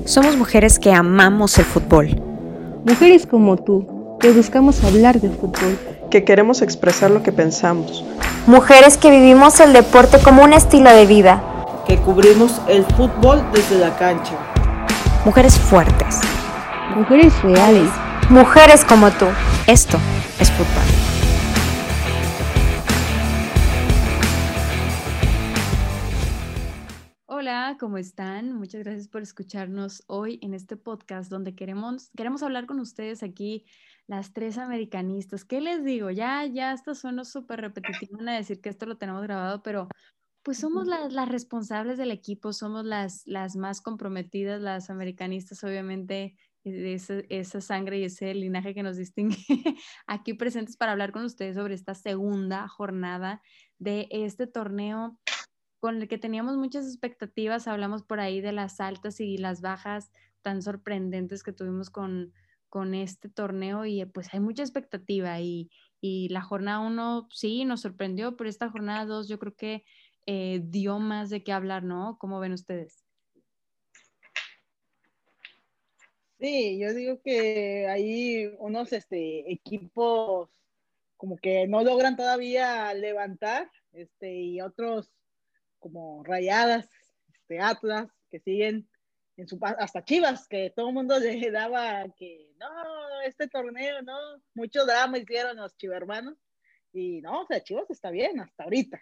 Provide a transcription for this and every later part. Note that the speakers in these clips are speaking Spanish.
Somos mujeres que amamos el fútbol. Mujeres como tú, que buscamos hablar de fútbol. Que queremos expresar lo que pensamos. Mujeres que vivimos el deporte como un estilo de vida. Que cubrimos el fútbol desde la cancha. Mujeres fuertes. Mujeres reales. Mujeres como tú. Esto es fútbol. Hola, ¿cómo están? Muchas gracias por escucharnos hoy en este podcast donde queremos hablar con ustedes aquí, las tres americanistas. ¿Qué les digo? Ya esto suena súper repetitivo en decir que esto lo tenemos grabado, pero pues somos las responsables del equipo, somos las más comprometidas, las americanistas, obviamente, de esa sangre y ese linaje que nos distingue aquí presentes para hablar con ustedes sobre esta segunda jornada de este torneo con el que teníamos muchas expectativas. Hablamos por ahí de las altas y las bajas tan sorprendentes que tuvimos con este torneo y pues hay mucha expectativa y la jornada 1 sí nos sorprendió, pero esta jornada 2 yo creo que dio más de qué hablar, ¿no? ¿Cómo ven ustedes? Sí, yo digo que hay unos equipos como que no logran todavía levantar, y otros como Rayadas, Atlas, que siguen en su hasta Chivas, que todo el mundo le daba que no, este torneo, no, mucho drama hicieron los chivermanos, y no, o sea, Chivas está bien hasta ahorita.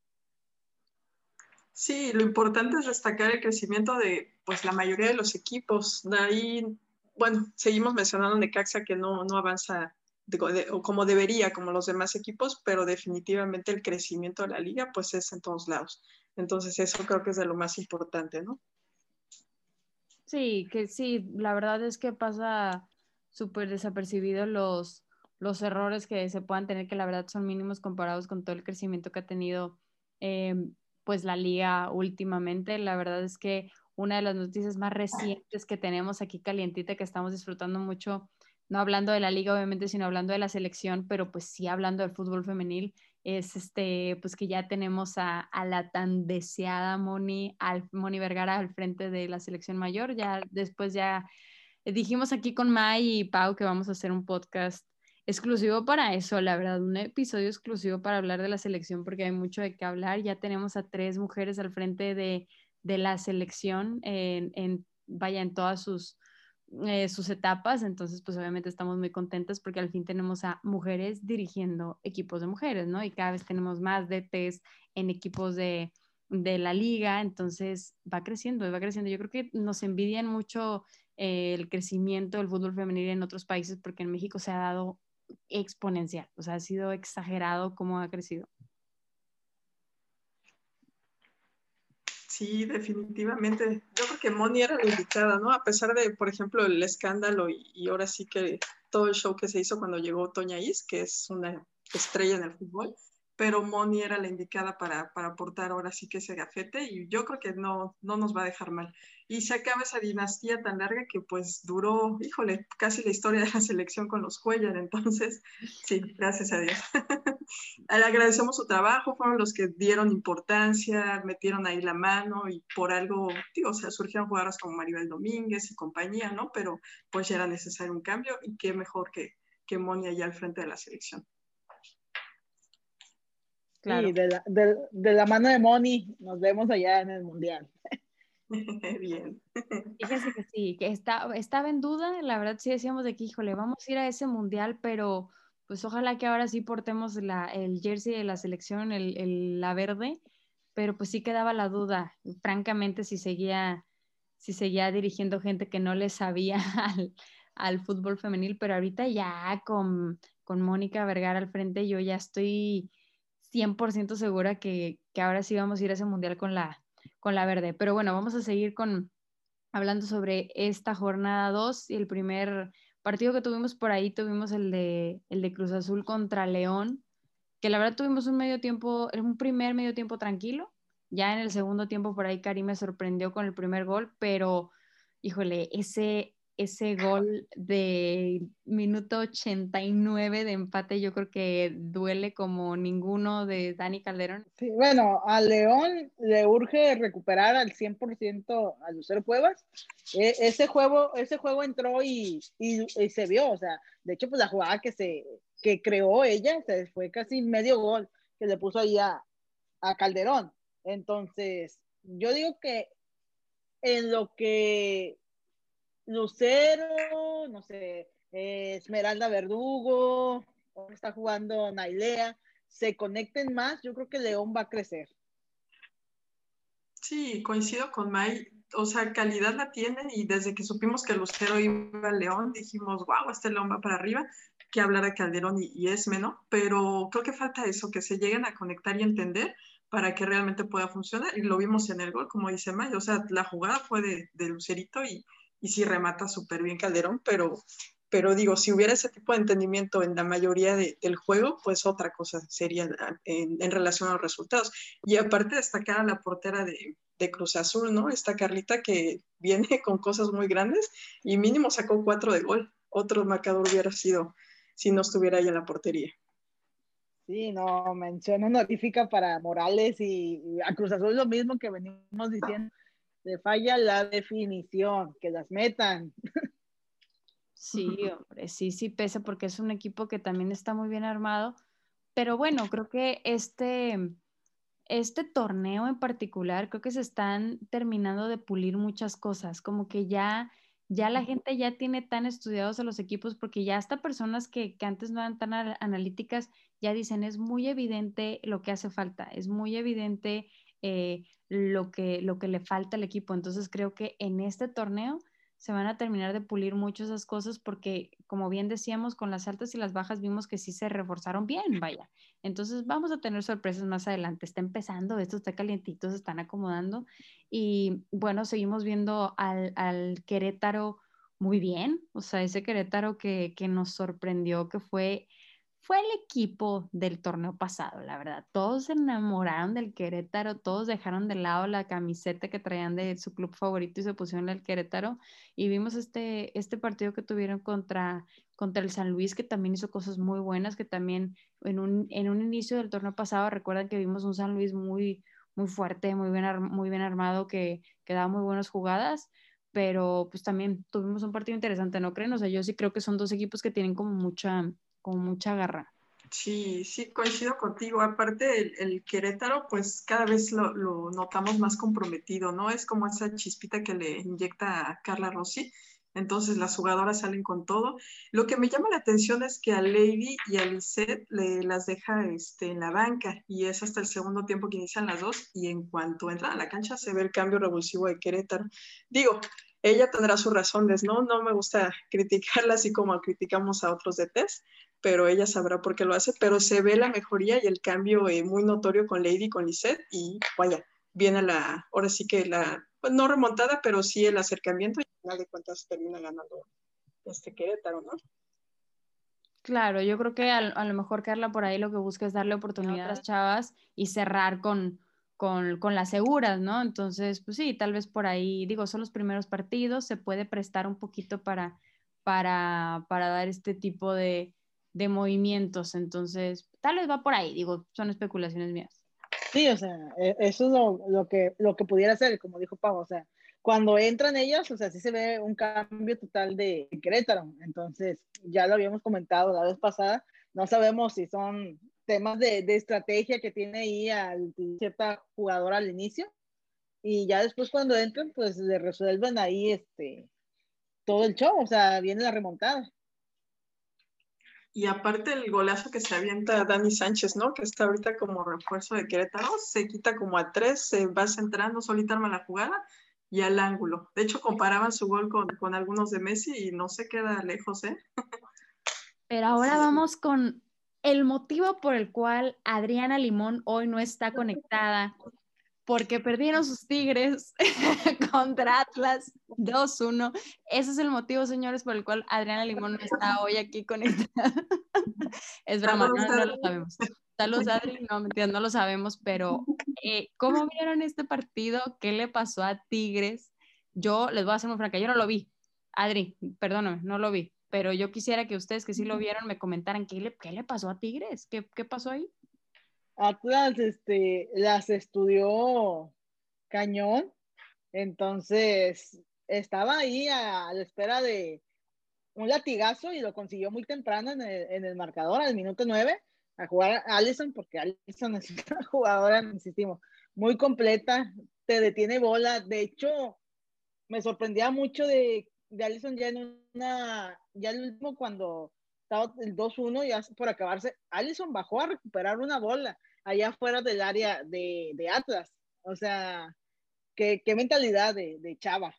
Sí, lo importante es destacar el crecimiento de pues la mayoría de los equipos. De ahí, bueno, seguimos mencionando Necaxa que no avanza o como debería, como los demás equipos, pero definitivamente el crecimiento de la liga pues es en todos lados. Entonces eso creo que es de lo más importante, ¿no? Sí, que sí, la verdad es que pasa súper desapercibido los errores que se puedan tener, que la verdad son mínimos comparados con todo el crecimiento que ha tenido eh, pues la liga últimamente. La verdad es que una de las noticias más recientes que tenemos aquí calientita, que estamos disfrutando mucho, no hablando de la liga obviamente, sino hablando de la selección, pero pues sí hablando del fútbol femenil, es pues que ya tenemos a la tan deseada Moni Vergara al frente de la selección mayor. Ya después ya dijimos aquí con Mai y Pau que vamos a hacer un podcast exclusivo para eso, la verdad, un episodio exclusivo para hablar de la selección porque hay mucho de qué hablar. Ya tenemos a tres mujeres al frente de la selección vaya, en todas sus etapas, entonces pues obviamente estamos muy contentas porque al fin tenemos a mujeres dirigiendo equipos de mujeres, ¿no? Y cada vez tenemos más DTs en equipos de la liga, entonces va creciendo, va creciendo. Yo creo que nos envidian mucho el crecimiento del fútbol femenil en otros países porque en México se ha dado exponencial, o sea, ha sido exagerado cómo ha crecido. Sí, definitivamente. Yo creo que Moni era la indicada, ¿no? A pesar de, por ejemplo, el escándalo y ahora sí que todo el show que se hizo cuando llegó Toña Is, que es una estrella en el fútbol, pero Moni era la indicada para aportar ahora sí que ese gafete y yo creo que no nos va a dejar mal. Y se acaba esa dinastía tan larga que pues duró, híjole, casi la historia de la selección con los Cuellar, entonces sí, gracias a Dios. Le agradecemos su trabajo, fueron los que dieron importancia, metieron ahí la mano y por algo, digo, o sea, surgieron jugadoras como Maribel Domínguez y compañía, ¿no? Pero pues ya era necesario un cambio y qué mejor que Moni allá al frente de la selección. Claro. Sí, de la mano de Moni nos vemos allá en el Mundial. Bien. Fíjense que sí, que estaba en duda, la verdad sí decíamos de que, híjole, vamos a ir a ese mundial, pero pues ojalá que ahora sí portemos el jersey de la selección, la verde, pero pues sí quedaba la duda, francamente, si seguía dirigiendo gente que no le sabía al fútbol femenil, pero ahorita ya con Mónica Vergara al frente, yo ya estoy 100% segura que ahora sí vamos a ir a ese mundial con la verde. Pero bueno, vamos a seguir hablando sobre esta jornada 2 y el primer partido que tuvimos por ahí, tuvimos el de Cruz Azul contra León, que la verdad tuvimos un primer medio tiempo tranquilo. Ya en el segundo tiempo por ahí Karim me sorprendió con el primer gol, pero híjole, ese gol de minuto 89 de empate, yo creo que duele como ninguno de Dani Calderón. Sí, bueno, a León le urge recuperar al 100% a Lucero Cuevas. Ese juego entró y se vio, o sea, de hecho, pues la jugada que creó ella, o sea, fue casi medio gol que le puso ahí a Calderón. Entonces, yo digo que en lo que Lucero, no sé, Esmeralda Verdugo, está jugando Nailea, se conecten más, yo creo que León va a crecer. Sí, coincido con May. O sea, calidad la tienen y desde que supimos que Lucero iba a León, dijimos, wow, este León va para arriba, que hablar de Calderón y Esme, ¿no? Pero creo que falta eso, que se lleguen a conectar y entender para que realmente pueda funcionar. Y lo vimos en el gol, como dice May. O sea, la jugada fue de Lucerito y sí remata súper bien Calderón, pero digo, si hubiera ese tipo de entendimiento en la mayoría del juego, pues otra cosa sería en relación a los resultados. Y aparte destacar a la portera de Cruz Azul, ¿no? Esta Carlita que viene con cosas muy grandes y mínimo sacó 4 de gol. Otro marcador hubiera sido si no estuviera ella en la portería. Sí, no, mención honorífica para Morales y a Cruz Azul lo mismo que venimos diciendo, le falla la definición, que las metan. Sí, hombre, sí pesa porque es un equipo que también está muy bien armado, pero bueno, creo que este torneo en particular, creo que se están terminando de pulir muchas cosas, como que ya la gente ya tiene tan estudiados a los equipos, porque ya hasta personas que antes no eran tan analíticas, ya dicen, es muy evidente lo que hace falta, es muy evidente lo que le falta al equipo. Entonces creo que en este torneo se van a terminar de pulir mucho esas cosas porque, como bien decíamos, con las altas y las bajas vimos que sí se reforzaron bien, vaya. Entonces vamos a tener sorpresas más adelante. Está empezando, esto está calientito, se están acomodando y bueno, seguimos viendo al Querétaro muy bien, o sea, ese Querétaro que nos sorprendió, que fue el equipo del torneo pasado, la verdad. Todos se enamoraron del Querétaro, todos dejaron de lado la camiseta que traían de su club favorito y se pusieron al Querétaro. Y vimos este partido que tuvieron contra el San Luis, que también hizo cosas muy buenas, que también en un inicio del torneo pasado, recuerdan que vimos un San Luis muy, muy fuerte, muy bien armado, que daba muy buenas jugadas, pero pues también tuvimos un partido interesante, ¿no creen? O sea, yo sí creo que son dos equipos que tienen como mucha garra. Sí, sí, coincido contigo. Aparte, el Querétaro, pues cada vez lo notamos más comprometido, ¿no? Es como esa chispita que le inyecta a Carla Rossi. Entonces las jugadoras salen con todo. Lo que me llama la atención es que a Lady y a Lisette las deja en la banca y es hasta el segundo tiempo que inician las dos y en cuanto entran a la cancha se ve el cambio revulsivo de Querétaro. Digo, ella tendrá sus razones, ¿no? No me gusta criticarla así como criticamos a otros de test, pero ella sabrá por qué lo hace, pero se ve la mejoría y el cambio muy notorio con Lady y con Lisette y vaya, viene ahora sí que pues no remontada, pero sí el acercamiento y al final de cuentas termina ganando Querétaro, ¿no? Claro, yo creo que a lo mejor Carla por ahí lo que busca es darle oportunidad a otras chavas y cerrar con las seguras, ¿no? Entonces, pues sí, tal vez por ahí, digo, son los primeros partidos, se puede prestar un poquito para dar este tipo de movimientos, entonces, tal vez va por ahí, digo, son especulaciones mías. Sí, o sea, eso es lo que pudiera ser, como dijo Pau, o sea, cuando entran ellos, o sea, sí se ve un cambio total de Querétaro. Entonces, ya lo habíamos comentado la vez pasada, no sabemos si son temas de estrategia que tiene ahí cierta jugadora al inicio, y ya después cuando entran, pues le resuelven ahí todo el show, o sea, viene la remontada. Y aparte el golazo que se avienta Dani Sánchez, ¿no? Que está ahorita como refuerzo de Querétaro, se quita como a 3, se va centrando, solita arma la jugada y al ángulo. De hecho, comparaban su gol con algunos de Messi y no se queda lejos, ¿eh? Pero ahora vamos con el motivo por el cual Adriana Limón hoy no está conectada, porque perdieron sus Tigres contra Atlas 2-1. Ese es el motivo, señores, por el cual Adriana Limón no está hoy aquí conectada. Es broma, no lo sabemos. Saludos, Adri, no, mentira, no lo sabemos, pero ¿cómo vieron este partido? ¿Qué le pasó a Tigres? Yo les voy a hacer muy franca, yo no lo vi. Adri, perdóname, no lo vi, pero yo quisiera que ustedes que sí lo vieron me comentaran qué le pasó a Tigres, qué pasó ahí. Atlas, las estudió cañón, entonces estaba ahí a la espera de un latigazo y lo consiguió muy temprano en el marcador, al minuto 9, a jugar a Allison, porque Allison es una jugadora, insistimos, muy completa, te detiene bola. De hecho, me sorprendía mucho de Allison ya ya el último, cuando estaba el 2-1, ya por acabarse, Allison bajó a recuperar una bola allá fuera del área de Atlas. O sea, qué mentalidad de chava.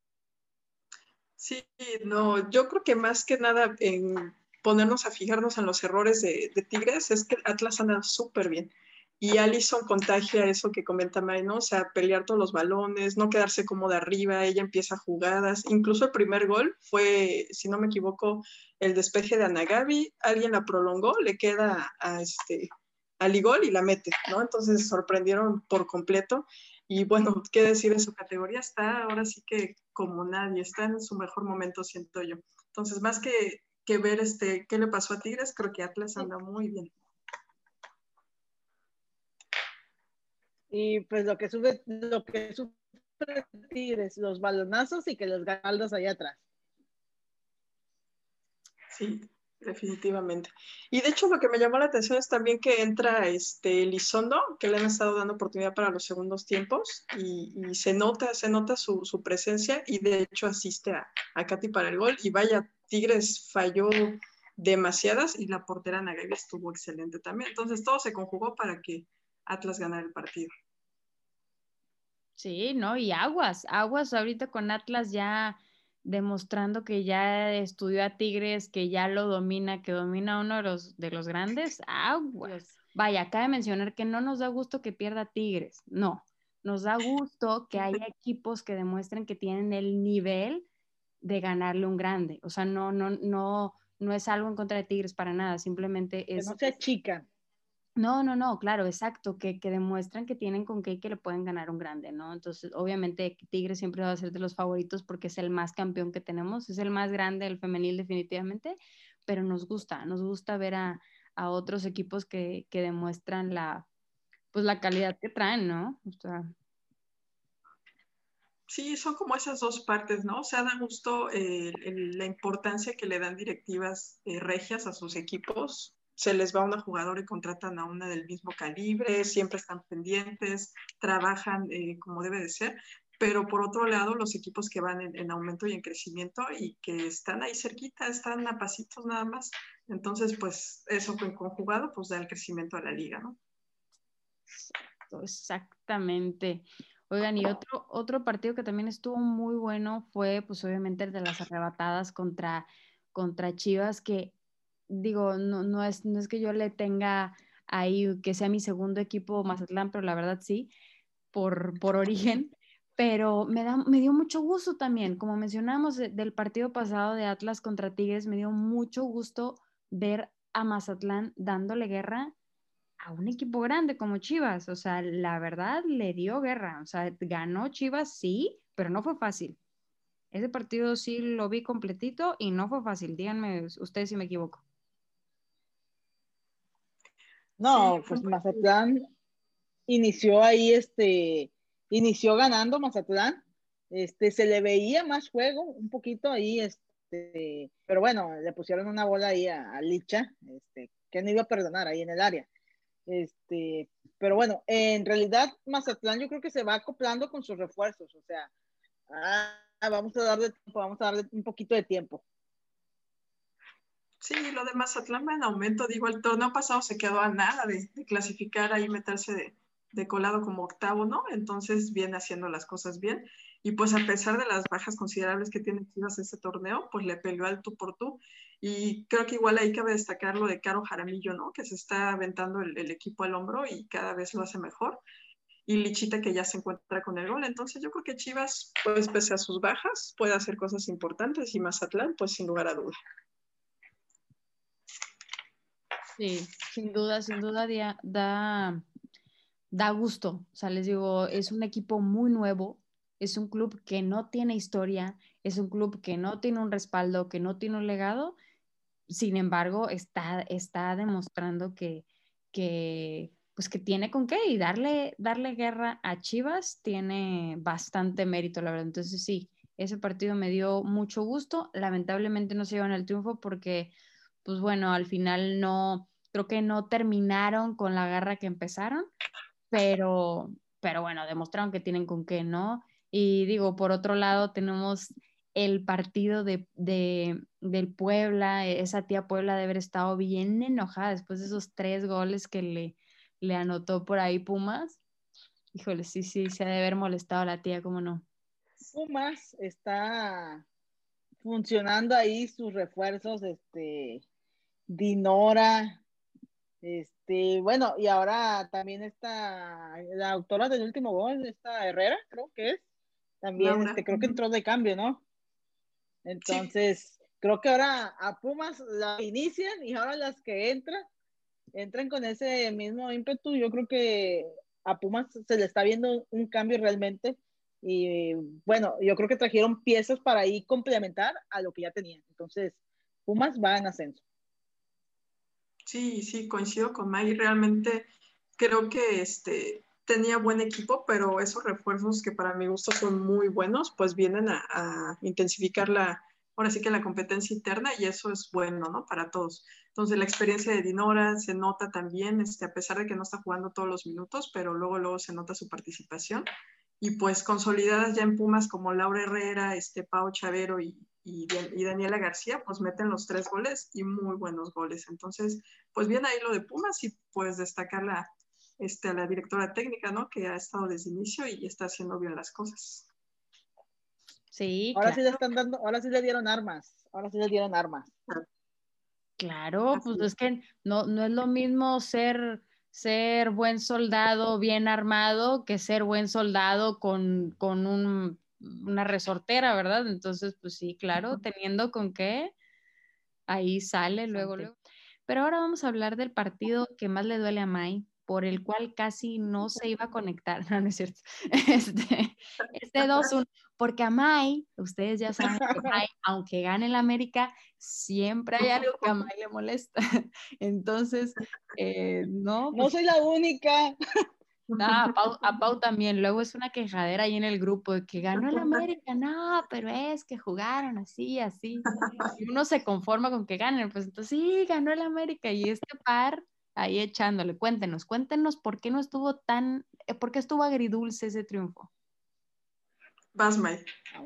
Sí, no, yo creo que más que nada en ponernos a fijarnos en los errores de Tigres es que Atlas anda súper bien. Y Allison contagia eso que comenta May, ¿no? O sea, pelear todos los balones, no quedarse como de arriba, ella empieza jugadas. Incluso el primer gol fue, si no me equivoco, el despeje de Anagabi, alguien la prolongó, le queda a Ligol y la mete, ¿no? Entonces sorprendieron por completo. Y bueno, qué decir en su categoría, está ahora sí que como nadie, está en su mejor momento, siento yo. Entonces, más que ver qué le pasó a Tigres, creo que Atlas anda muy bien. Y pues lo que sufre Tigres, los balonazos y que los galdos allá atrás. Sí, definitivamente. Y de hecho lo que me llamó la atención es también que entra Elizondo, que le han estado dando oportunidad para los segundos tiempos y se nota su presencia y de hecho asiste a Katy para el gol. Y vaya, Tigres falló demasiadas y la portera Nagabi estuvo excelente también. Entonces todo se conjugó para que Atlas ganara el partido. Sí, ¿no? Y aguas ahorita con Atlas ya demostrando que ya estudió a Tigres, que ya lo domina, que domina uno de los grandes, aguas. Vaya, cabe mencionar que no nos da gusto que pierda Tigres, no, nos da gusto que haya equipos que demuestren que tienen el nivel de ganarle un grande, o sea, no es algo en contra de Tigres para nada, simplemente Que es... no se achican. No, claro, exacto, que demuestran que tienen con qué y que le pueden ganar un grande, ¿no? Entonces, obviamente, Tigres siempre va a ser de los favoritos porque es el más campeón que tenemos, es el más grande, el femenil definitivamente, pero nos gusta ver a otros equipos que demuestran pues la calidad que traen, ¿no? O sea, Sí, son como esas dos partes, ¿no? O sea, da gusto la importancia que le dan directivas regias a sus equipos. Se les va una jugadora y contratan a una del mismo calibre, siempre están pendientes, trabajan como debe de ser. Pero por otro lado, los equipos que van en aumento y en crecimiento y que están ahí cerquita, están a pasitos nada más. Entonces, pues eso conjugado, pues da el crecimiento a la liga, ¿no? exactamente. Oigan, y otro partido que también estuvo muy bueno fue, pues obviamente, el de las arrebatadas contra Chivas, que digo, no es que yo le tenga ahí, que sea mi segundo equipo Mazatlán, pero la verdad sí, por origen, pero me dio mucho gusto también, como mencionamos del partido pasado de Atlas contra Tigres, me dio mucho gusto ver a Mazatlán dándole guerra a un equipo grande como Chivas, o sea, la verdad le dio guerra, o sea, ganó Chivas, sí, pero no fue fácil. Ese partido sí lo vi completito y no fue fácil. Díganme ustedes si me equivoco. Sí, No, fue pues un partido. Mazatlán inició ahí, inició ganando Mazatlán. Se le veía más juego, un poquito ahí, pero bueno, le pusieron una bola ahí a Licha, que no iba a perdonar ahí en el área. Este, pero bueno, en realidad Mazatlán yo creo que se va acoplando con sus refuerzos, o sea, vamos a darle tiempo, vamos a darle un poquito de tiempo. Sí, lo de Mazatlán va en aumento. Digo, el torneo pasado se quedó a nada de clasificar ahí, meterse de colado como octavo, ¿no? Entonces viene haciendo las cosas bien. Y pues a pesar de las bajas considerables que tiene Chivas ese torneo, pues le peleó al tú por tú. Y creo que igual ahí cabe destacar lo de Caro Jaramillo, ¿no? Que se está aventando el equipo al hombro y cada vez lo hace mejor. Y Lichita que ya se encuentra con el gol. Entonces yo creo que Chivas, pues pese a sus bajas, puede hacer cosas importantes y Mazatlán, pues sin lugar a duda. Sí, sin duda da gusto. O sea, les digo, es un equipo muy nuevo es un club que no tiene historia, es un club que no tiene un respaldo, que no tiene un legado. Sin embargo, está demostrando pues que tiene con qué, y darle guerra a Chivas tiene bastante mérito, la verdad. Entonces sí, ese partido me dio mucho gusto. Lamentablemente no se llevan el triunfo porque, pues bueno, al final creo que no terminaron con la garra que empezaron, pero bueno, demostraron que tienen con qué, ¿no? Y digo, por otro lado, tenemos el partido del Puebla. Esa tía Puebla debe haber estado bien enojada después de esos 3 goles que le anotó por ahí Pumas. Híjole, sí, se ha de haber molestado a la tía, ¿cómo no? Pumas está funcionando ahí sus refuerzos, Dinora, bueno, y ahora también está la autora del último gol, esta Herrera, creo que es, también, Laura. creo que entró de cambio, ¿no? Sí, Entonces, creo que ahora a Pumas la inician y ahora las que entran con ese mismo ímpetu. Yo creo que a Pumas se le está viendo un cambio realmente. Y bueno, yo creo que trajeron piezas para ahí complementar a lo que ya tenían. Entonces, Pumas va en ascenso. sí, coincido con May. Realmente creo que tenía buen equipo, pero esos refuerzos que para mi gusto son muy buenos, pues vienen a intensificar ahora sí que la competencia interna, y eso es bueno, ¿no? Para todos. Entonces la experiencia de Dinora se nota también, a pesar de que no está jugando todos los minutos, pero luego se nota su participación. Y pues consolidadas ya en Pumas como Laura Herrera, Pau Chavero y Daniela García, pues meten los 3 goles y muy buenos goles. Entonces, pues bien ahí lo de Pumas, y pues destacar a la directora técnica, ¿no? Que ha estado desde el inicio y está haciendo bien las cosas. Sí, Ahora claro. sí le están dando, ahora sí le dieron armas. Ahora sí le dieron armas. Claro, pues es que no es lo mismo ser buen soldado bien armado que ser buen soldado con una resortera, ¿verdad? Entonces, pues sí, claro, teniendo con qué, ahí sale luego, luego. Pero ahora vamos a hablar del partido que más le duele a Mai, por el cual casi no se iba a conectar. No, no es cierto. Este 2-1, porque a Mai, ustedes ya saben que Mai, aunque gane el América, siempre hay algo que a Mai le molesta. Entonces, no, No pues soy la única. a Pau también. Luego es una quejadera ahí en el grupo de que ganó el América. No, pero es que jugaron así, así. Y uno se conforma con que ganen, pues entonces sí, ganó el América. Y este par ahí echándole. Cuéntenos por qué no estuvo por qué estuvo agridulce ese triunfo. Vas, May.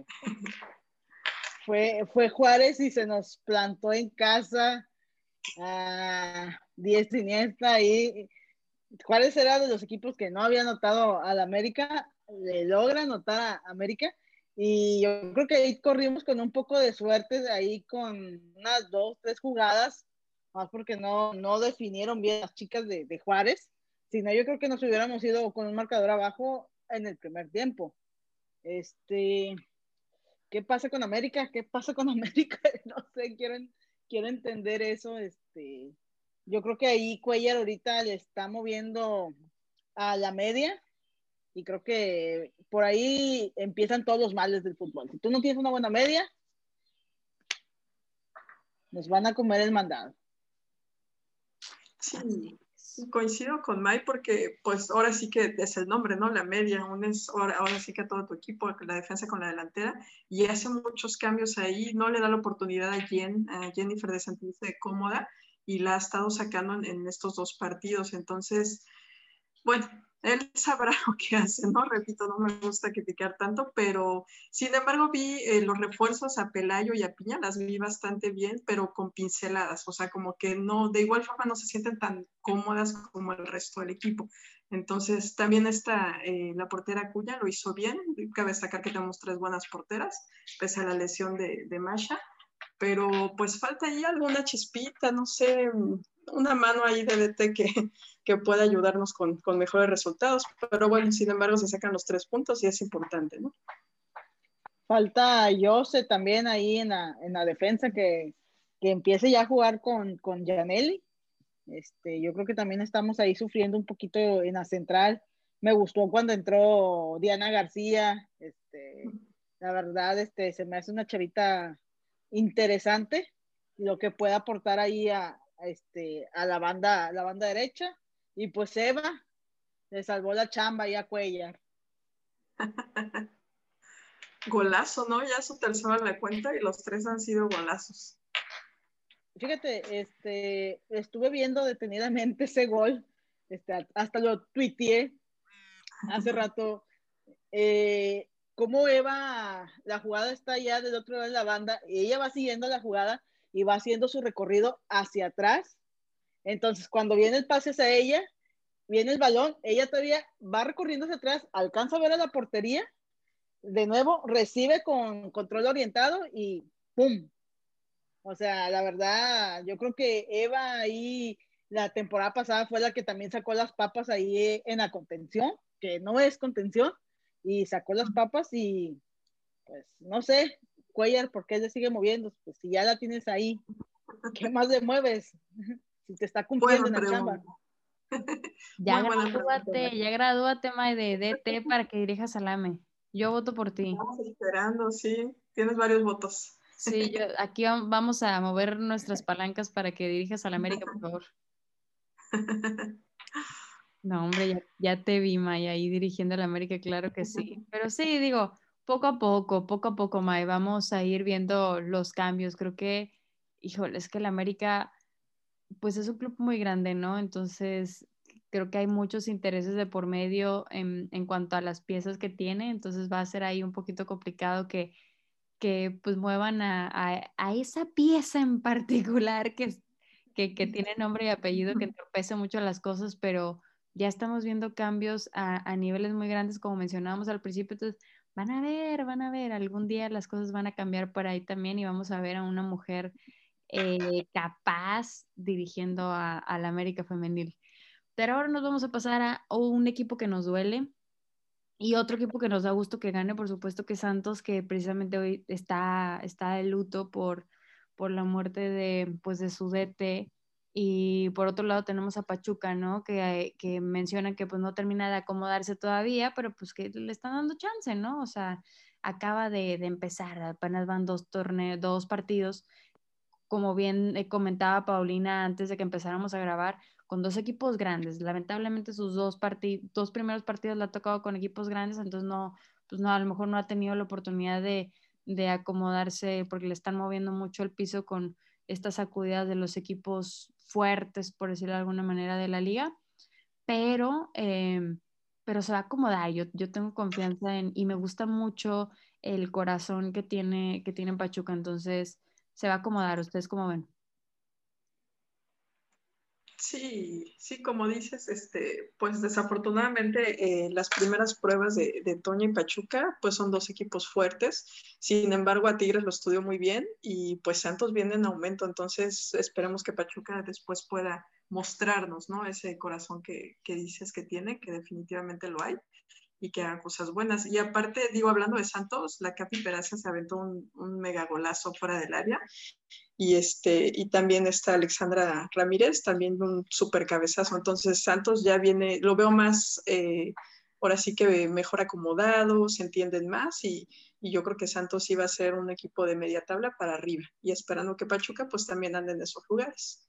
Fue Juárez y se nos plantó en casa a diestra y siniestra ahí. Juárez era de los equipos que no había anotado al América, le logra anotar a América, y yo creo que ahí corrimos con un poco de suerte, ahí con unas 2, 3 jugadas, más porque no definieron bien las chicas de Juárez, sino yo creo que nos hubiéramos ido con un marcador abajo en el primer tiempo. ¿Qué pasa con América? ¿Qué pasa con América? No sé, quiero entender eso. Yo creo que ahí Cuellar ahorita le está moviendo a la media, y creo que por ahí empiezan todos los males del fútbol. Si tú no tienes una buena media, nos van a comer el mandado. Sí, coincido con Mai porque pues ahora sí que es el nombre, ¿no? La media, unes ahora sí que a todo tu equipo, la defensa con la delantera, y hace muchos cambios ahí, no le da la oportunidad a Jennifer de sentirse cómoda, y la ha estado sacando en estos 2 partidos. Entonces, bueno, él sabrá lo que hace, ¿no? Repito, no me gusta criticar tanto, pero sin embargo vi los refuerzos a Pelayo y a Piña, las vi bastante bien, pero con pinceladas, o sea, como que no, de igual forma no se sienten tan cómodas como el resto del equipo. Entonces, también la portera Cuya lo hizo bien. Cabe destacar que tenemos 3 buenas porteras, pese a la lesión de Masha, pero pues falta ahí alguna chispita, no sé, una mano ahí de DT que pueda ayudarnos con mejores resultados. Pero bueno, sin embargo, se sacan los 3 puntos y es importante, ¿no? Falta Jose también ahí en la defensa, que empiece ya a jugar con Janelli. Yo creo que también estamos ahí sufriendo un poquito en la central. Me gustó cuando entró Diana García, La verdad, se me hace una chavita interesante, lo que puede aportar ahí a la banda derecha. Y pues Eva le salvó la chamba ahí a Cuellar. Golazo, ¿no? Ya su tercero en la cuenta y los 3 han sido golazos. Fíjate, estuve viendo detenidamente ese gol, hasta lo tuiteé hace rato. Cómo Eva, la jugada está ya del otro lado de la banda, y ella va siguiendo la jugada y va haciendo su recorrido hacia atrás. Entonces, cuando viene el pase hacia ella, viene el balón, ella todavía va recorriendo hacia atrás, alcanza a ver a la portería, de nuevo recibe con control orientado y ¡pum! O sea, la verdad, yo creo que Eva ahí la temporada pasada fue la que también sacó las papas ahí en la contención, que no es contención, y sacó las papas y pues no sé, Cuellar, ¿por qué le sigue moviendo? Pues si ya la tienes ahí, ¿qué más le mueves? Si te está cumpliendo Buena en la chamba. Ya Muy buena gradúate, ya gradúate, May, de DT para que dirijas al AME. Yo voto por ti. Estamos esperando, sí. Tienes varios votos. Sí, aquí vamos a mover nuestras palancas para que dirijas al América, por favor. No, hombre, ya te vi, May, ahí dirigiendo al América, claro que sí. Pero sí, digo, poco a poco, May, vamos a ir viendo los cambios. Creo que, híjole, es que el América, pues es un club muy grande, ¿no? Entonces, creo que hay muchos intereses de por medio en cuanto a las piezas que tiene, entonces va a ser ahí un poquito complicado que pues muevan a esa pieza en particular que tiene nombre y apellido, que entorpece mucho las cosas, pero ya estamos viendo cambios a niveles muy grandes, como mencionábamos al principio, entonces van a ver, algún día las cosas van a cambiar por ahí también y vamos a ver a una mujer capaz dirigiendo a la América Femenil. Pero ahora nos vamos a pasar a un equipo que nos duele y otro equipo que nos da gusto que gane, por supuesto, que Santos, que precisamente hoy está de luto por la muerte pues, de su DT. Y por otro lado tenemos a Pachuca, ¿no? Que mencionan que pues no termina de acomodarse todavía, pero pues que le están dando chance, ¿no? O sea, acaba de empezar, apenas van dos partidos, como bien comentaba Paulina antes de que empezáramos a grabar, con dos equipos grandes. Lamentablemente sus dos primeros partidos le ha tocado con equipos grandes, entonces no, pues no, a lo mejor no ha tenido la oportunidad de acomodarse porque le están moviendo mucho el piso con estas sacudidas de los equipos fuertes, por decirlo de alguna manera, de la liga, pero, pero se va a acomodar. Yo tengo confianza y me gusta mucho el corazón que tiene Pachuca, entonces se va a acomodar. ¿Ustedes cómo ven? Sí, sí, como dices, pues desafortunadamente las primeras pruebas de Toño y Pachuca, pues son 2 equipos fuertes. Sin embargo, a Tigres lo estudió muy bien y pues Santos viene en aumento. Entonces, esperemos que Pachuca después pueda mostrarnos, ¿no? Ese corazón que dices que tiene, que definitivamente lo hay y que haga cosas buenas. Y aparte, digo, hablando de Santos, la Capi Peraza se aventó un mega golazo fuera del área y también está Alexandra Ramírez, también un súper cabezazo. Entonces Santos ya viene, lo veo más, ahora sí que mejor acomodado, se entienden más y yo creo que Santos iba a ser un equipo de media tabla para arriba y esperando que Pachuca pues también ande en esos lugares.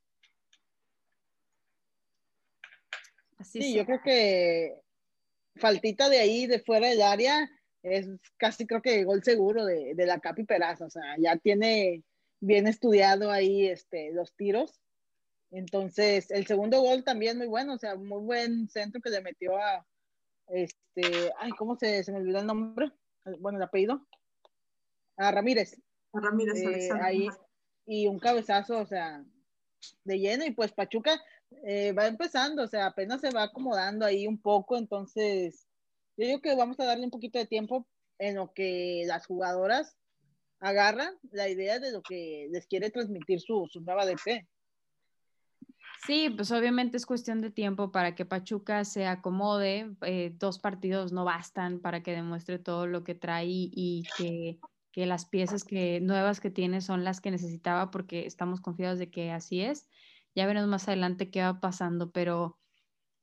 Así Sí, sea. yo creo que faltita de ahí, de fuera del área, es casi creo que gol seguro de la Capi Peraza, o sea, ya tiene bien estudiado ahí los tiros. Entonces, el segundo gol también muy bueno, o sea, muy buen centro que le metió ay, ¿cómo se me olvidó el nombre? Bueno, el apellido, a Ramírez, A Ramírez Alexandra. ahí, y un cabezazo, o sea, de lleno, y pues Pachuca va empezando, o sea, apenas se va acomodando ahí un poco, entonces yo digo que vamos a darle un poquito de tiempo en lo que las jugadoras agarran la idea de lo que les quiere transmitir su nueva DP. Sí, pues obviamente es cuestión de tiempo para que Pachuca se acomode. 2 partidos no bastan para que demuestre todo lo que trae y que las piezas nuevas que tiene son las que necesitaba porque estamos confiados de que así es. Ya veremos más adelante qué va pasando, pero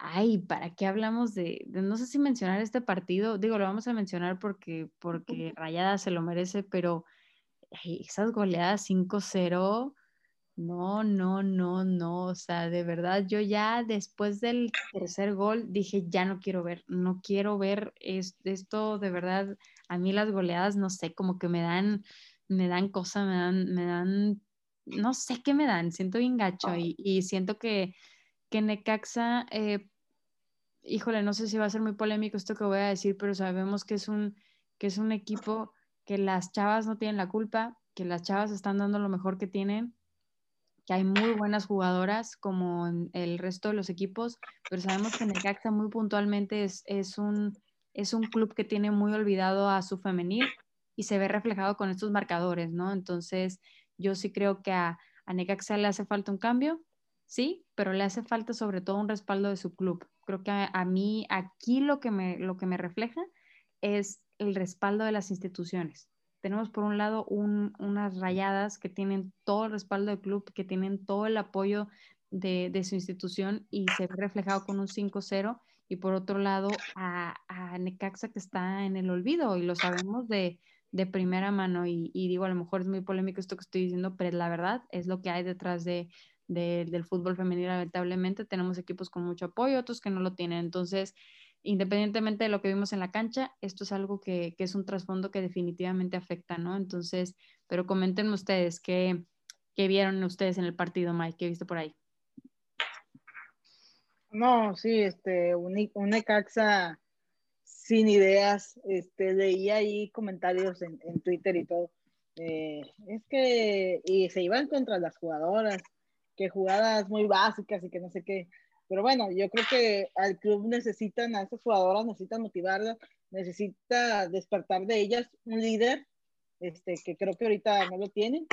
Ay, ¿para qué hablamos no sé si mencionar este partido? Digo, lo vamos a mencionar porque Rayadas se lo merece, pero ay, esas goleadas 5-0, no, no, no, no, o sea, de verdad, yo ya después del tercer gol dije, ya no quiero ver esto, de verdad, a mí las goleadas, no sé, como que me dan cosas, no sé qué me dan, siento bien gacho y siento que Necaxa, híjole, no sé si va a ser muy polémico esto que voy a decir, pero sabemos que es un equipo que las chavas no tienen la culpa, que las chavas están dando lo mejor que tienen, que hay muy buenas jugadoras como en el resto de los equipos, pero sabemos que Necaxa muy puntualmente es un club que tiene muy olvidado a su femenil y se ve reflejado con estos marcadores, ¿no? Entonces, yo sí creo que a Necaxa le hace falta un cambio, sí, pero le hace falta sobre todo un respaldo de su club. Creo que a mí aquí lo que me refleja es el respaldo de las instituciones. Tenemos por un lado unas Rayadas que tienen todo el respaldo del club, que tienen todo el apoyo de su institución y se ve reflejado con un 5-0, y por otro lado a Necaxa que está en el olvido y lo sabemos de primera mano y digo, a lo mejor es muy polémico esto que estoy diciendo, pero la verdad es lo que hay detrás del fútbol femenino. Lamentablemente tenemos equipos con mucho apoyo, otros que no lo tienen. Entonces, independientemente de lo que vimos en la cancha, esto es algo que es un trasfondo que definitivamente afecta, ¿no? Entonces, pero coméntenme ustedes, ¿qué vieron ustedes en el partido, Mike? ¿Qué viste por ahí? No, sí, un Necaxa sin ideas, leía ahí comentarios en Twitter y todo. Y se iban contra las jugadoras, que jugadas muy básicas y que no sé qué. Pero bueno, yo creo que al club necesitan a esas jugadoras, necesitan motivarlas, necesita despertar de ellas un líder, que creo que ahorita no lo tienen.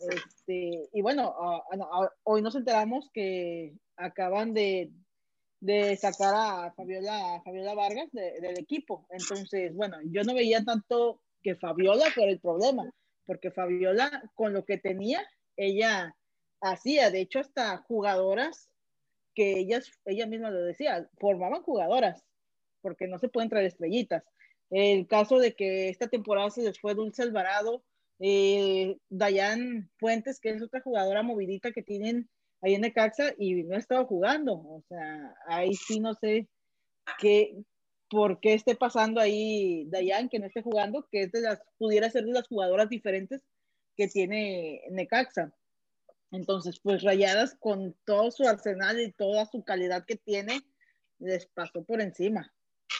Y bueno, hoy nos enteramos que acaban de sacar a Fabiola Vargas del equipo. Entonces, bueno, yo no veía tanto que Fabiola por el problema, porque Fabiola con lo que tenía, ella hacía, de hecho, hasta jugadoras que ella misma lo decía, formaban jugadoras, porque no se pueden traer estrellitas. El caso de que esta temporada se les fue Dulce Alvarado, Dayan Fuentes, que es otra jugadora movidita que tienen ahí en Necaxa y no ha estado jugando. O sea, ahí sí no sé qué, por qué esté pasando ahí Dayan que no esté jugando, que es pudiera ser de las jugadoras diferentes que tiene Necaxa. Entonces, pues Rayadas con todo su arsenal y toda su calidad que tiene, les pasó por encima.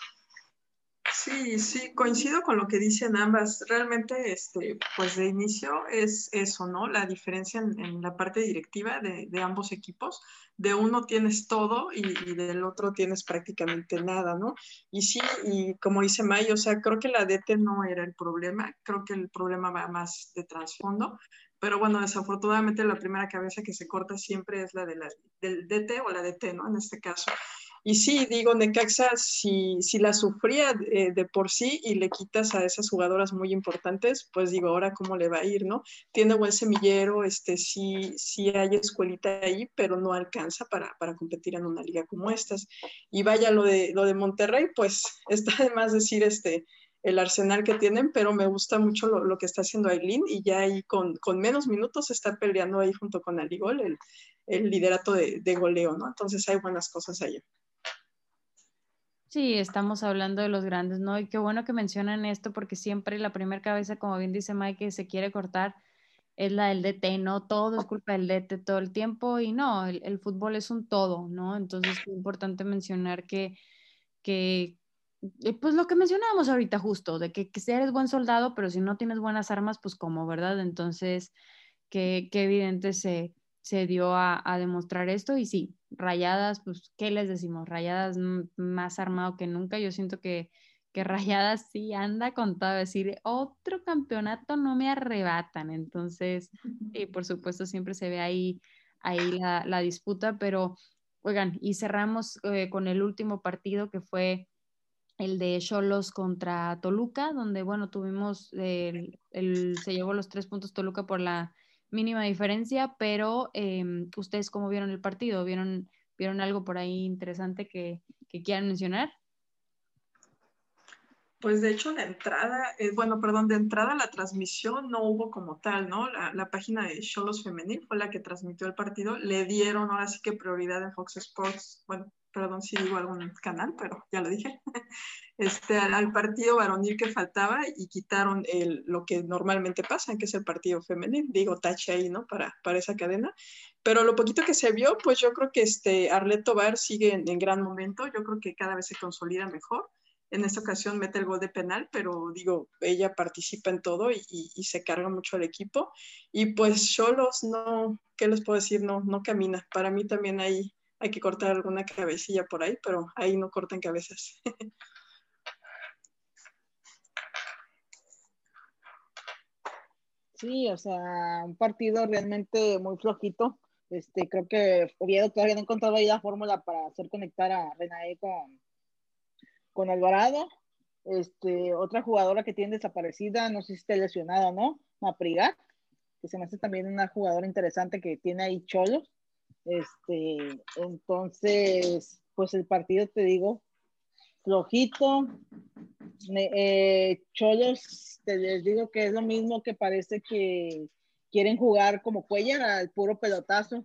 Sí, sí, coincido con lo que dicen ambas. Realmente, pues de inicio es eso, ¿no? La diferencia en la parte directiva de ambos equipos. De uno tienes todo y del otro tienes prácticamente nada, ¿no? Y sí, y como dice May, o sea, creo que la DT no era el problema, creo que el problema va más de trasfondo. Pero bueno, desafortunadamente la primera cabeza que se corta siempre es la del DT o la DT, ¿no? En este caso. Y sí, digo, Necaxa, si la sufría de por sí y le quitas a esas jugadoras muy importantes, pues digo, ahora cómo le va a ir, ¿no? Tiene buen semillero, sí hay escuelita ahí, pero no alcanza para competir en una liga como estas. Y vaya, lo de Monterrey, pues está de más decir el arsenal que tienen, pero me gusta mucho lo que está haciendo Ailín y ya ahí con menos minutos está peleando ahí junto con Aligol el liderato de goleo, ¿no? Entonces hay buenas cosas ahí. Sí, estamos hablando de los grandes, ¿no? Y qué bueno que mencionan esto porque siempre la primera cabeza, como bien dice Mike, que se quiere cortar es la del DT, ¿no? Todo es culpa del DT todo el tiempo y no, el fútbol es un todo, ¿no? Entonces es importante mencionar que pues lo que mencionábamos ahorita justo, de que si eres buen soldado, pero si no tienes buenas armas, pues cómo, ¿verdad? Entonces, que evidente se dio a demostrar esto y sí, Rayadas, pues, ¿qué les decimos? Rayadas más armado que nunca. Yo siento que Rayadas sí anda con todo, decir, otro campeonato no me arrebatan. Entonces, y por supuesto, siempre se ve ahí la disputa, pero oigan, y cerramos con el último partido que fue el de Xolos contra Toluca, donde, bueno, tuvimos, se llevó los 3 puntos Toluca por la mínima diferencia, pero ¿ustedes cómo vieron el partido? ¿Vieron ¿Vieron algo por ahí interesante que quieran mencionar? Pues de hecho de entrada la transmisión no hubo como tal, ¿no? La página de Xolos Femenil fue la que transmitió el partido. Le dieron ahora sí que prioridad en Fox Sports. Bueno, perdón si digo algún canal, pero ya lo dije. Al partido varonil que faltaba y quitaron lo que normalmente pasa, que es el partido femenil. Digo, tache ahí, ¿no? Para esa cadena. Pero lo poquito que se vio, pues yo creo que Arlet Tobar sigue en gran momento. Yo creo que cada vez se consolida mejor. En esta ocasión mete el gol de penal, pero digo, ella participa en todo y se carga mucho al equipo. Y pues Xolos no, ¿qué les puedo decir? No camina. Para mí también hay que cortar alguna cabecilla por ahí, pero ahí no cortan cabezas. Sí, o sea, un partido realmente muy flojito. Creo que Oviedo todavía no encontraba ahí la fórmula para hacer conectar a Renae con Alvarado. Otra jugadora que tiene desaparecida, no sé si está lesionada o no, Maprigat, que se me hace también una jugadora interesante que tiene ahí Cholos. Entonces, pues el partido, te digo, flojito. Cholos, te les digo que es lo mismo, que parece que quieren jugar como Cuellar al puro pelotazo.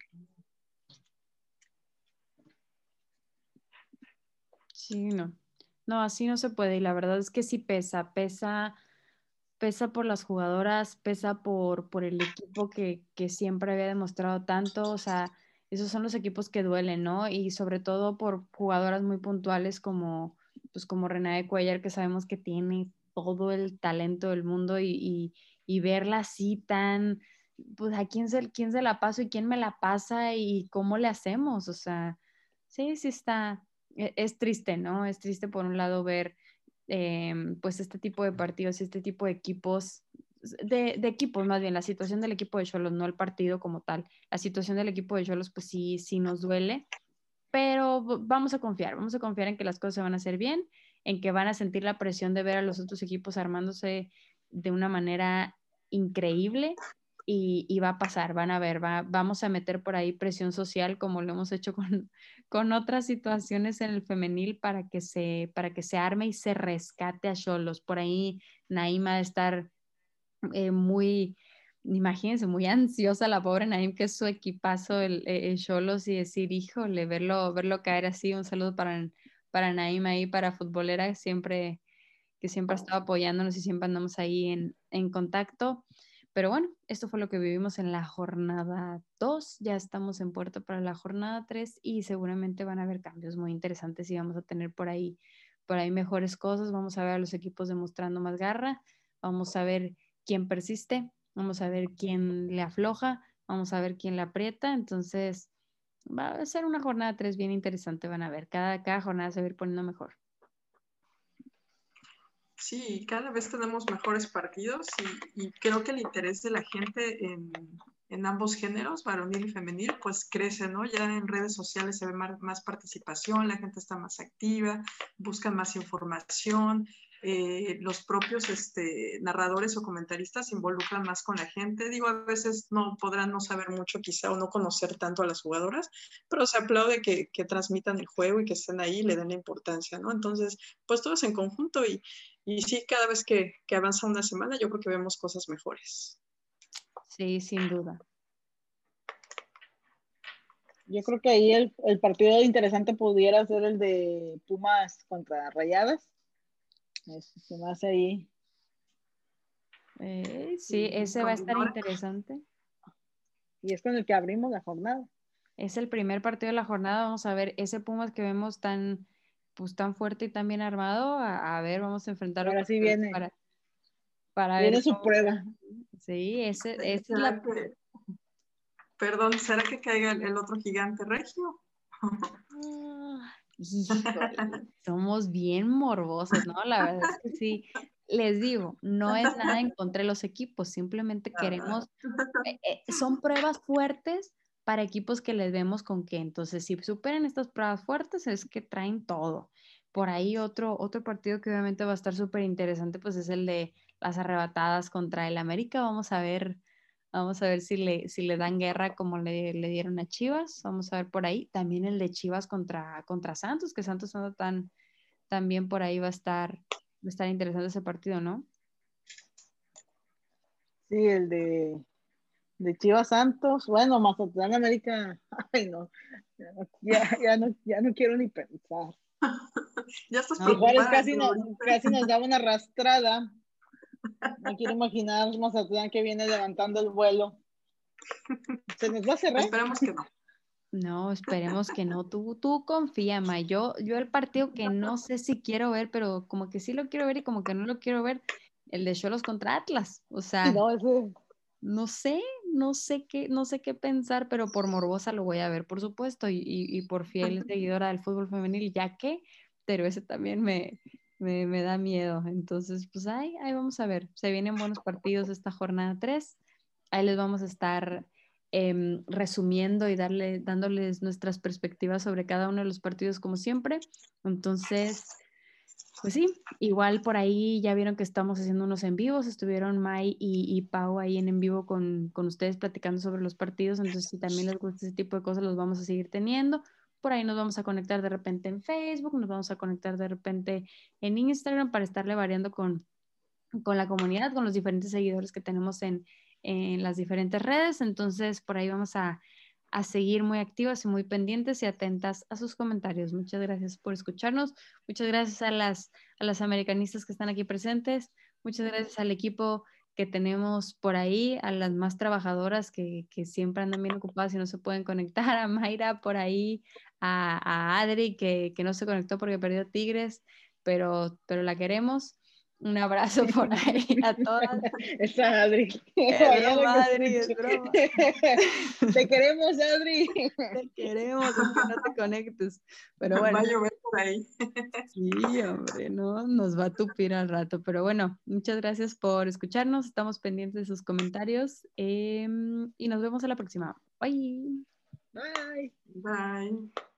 Sí, no, así no se puede y la verdad es que sí pesa por las jugadoras, pesa por el equipo que siempre había demostrado tanto, o sea, esos son los equipos que duelen, ¿no? Y sobre todo por jugadoras muy puntuales pues como Renae Cuellar, que sabemos que tiene todo el talento del mundo y verla así tan, pues a quién se la paso y quién me la pasa y cómo le hacemos, o sea, sí está, es triste, ¿no? Es triste por un lado ver pues este tipo de partidos y este tipo de equipos, de equipos más bien, la situación del equipo de Xolos, no el partido como tal. La situación del equipo de Xolos, pues sí nos duele, pero vamos a confiar en que las cosas se van a hacer bien, en que van a sentir la presión de ver a los otros equipos armándose de una manera increíble y va a pasar, van a ver, vamos a meter por ahí presión social como lo hemos hecho con otras situaciones en el femenil para que se arme y se rescate a Xolos. Por ahí Naima de estar muy, imagínense, muy ansiosa la pobre Naim, que es su equipazo, el Xolos, y decir, híjole, verlo caer así. Un saludo para Naim ahí, para futbolera, que siempre ha estado apoyándonos y siempre andamos ahí en contacto. Pero bueno, esto fue lo que vivimos en la jornada 2. Ya estamos en puerto para la jornada 3 y seguramente van a haber cambios muy interesantes y vamos a tener por ahí mejores cosas. Vamos a ver a los equipos demostrando más garra. Vamos a ver quién persiste. Vamos a ver quién le afloja. Vamos a ver quién la aprieta. Entonces, va a ser una jornada 3 bien interesante. Van a ver, cada jornada se va a ir poniendo mejor. Sí, cada vez tenemos mejores partidos y creo que el interés de la gente en ambos géneros, varonil y femenil, pues crece, ¿no? Ya en redes sociales se ve más participación, la gente está más activa, buscan más información, los propios narradores o comentaristas se involucran más con la gente. Digo, a veces no podrán no saber mucho quizá o no conocer tanto a las jugadoras, pero se aplaude que transmitan el juego y que estén ahí y le den la importancia, ¿no? Entonces, pues todos en conjunto y sí, cada vez que avanza una semana, yo creo que vemos cosas mejores. Sí, sin duda. Yo creo que ahí el partido interesante pudiera ser el de Pumas contra Rayadas. Se me hace ahí. Sí, ese va a estar interesante. Y es con el que abrimos la jornada. Es el primer partido de la jornada. Vamos a ver ese Pumas que vemos pues, tan fuerte y tan bien armado. A ver, vamos a enfrentarlo Ahora sí viene. para Viene ver su prueba. Sí, esa es la... Perdón, ¿será que caiga el otro gigante regio? Híjole, somos bien morbosos, ¿no? La verdad es que sí. Les digo, no es nada en contra de los equipos, simplemente queremos, son pruebas fuertes para equipos que les vemos con qué. Entonces, si superan estas pruebas fuertes, es que traen todo. Por ahí otro partido que obviamente va a estar súper interesante, pues es el de las arrebatadas contra el América. Vamos Vamos a ver si le dan guerra como le dieron a Chivas. Vamos a ver por ahí. También el de Chivas contra Santos, que Santos anda tan bien por ahí va a estar interesante ese partido, ¿no? Sí, el de Chivas Santos, bueno, Mazatlán América, ay no, ya no quiero ni pensar. Ya estás No, Juárez preocupada. casi nos daba una arrastrada. No quiero imaginar Mazatlán que viene levantando el vuelo. ¿Se nos va a cerrar? Esperemos que no. No, esperemos que no. Tú confía, May. Yo el partido que no sé si quiero ver, pero como que sí lo quiero ver y como que no lo quiero ver, el de Xolos contra Atlas. O sea, No, ese, no sé qué pensar, pero por morbosa lo voy a ver, por supuesto, y por fiel seguidora del fútbol femenil, ya que, pero ese también me da miedo. Entonces, pues ahí vamos a ver. Se vienen buenos partidos esta jornada 3. Ahí les vamos a estar resumiendo y dándoles nuestras perspectivas sobre cada uno de los partidos como siempre. Entonces, pues sí, igual por ahí ya vieron que estamos haciendo unos en vivos, estuvieron Mai y Pau ahí en vivo con ustedes platicando sobre los partidos, entonces si también les gusta ese tipo de cosas los vamos a seguir teniendo. Por ahí nos vamos a conectar de repente en Facebook, nos vamos a conectar de repente en Instagram para estarle variando con la comunidad, con los diferentes seguidores que tenemos en las diferentes redes. Entonces, por ahí vamos a seguir muy activas y muy pendientes y atentas a sus comentarios. Muchas gracias por escucharnos. Muchas gracias a las americanistas que están aquí presentes. Muchas gracias al equipo que tenemos por ahí, a las más trabajadoras que siempre andan bien ocupadas y no se pueden conectar, a Mayra por ahí, a Adri que no se conectó porque perdió Tigres, pero la queremos. Un abrazo por ahí a todas. esa Adri. Es broma, Adri, es broma. Te queremos, Adri. Te queremos, aunque no te conectes. Pero bueno. Va a llover por ahí. Sí, hombre, no, nos va a tupir al rato. Pero bueno, muchas gracias por escucharnos. Estamos pendientes de sus comentarios y nos vemos a la próxima. Bye. Bye. Bye.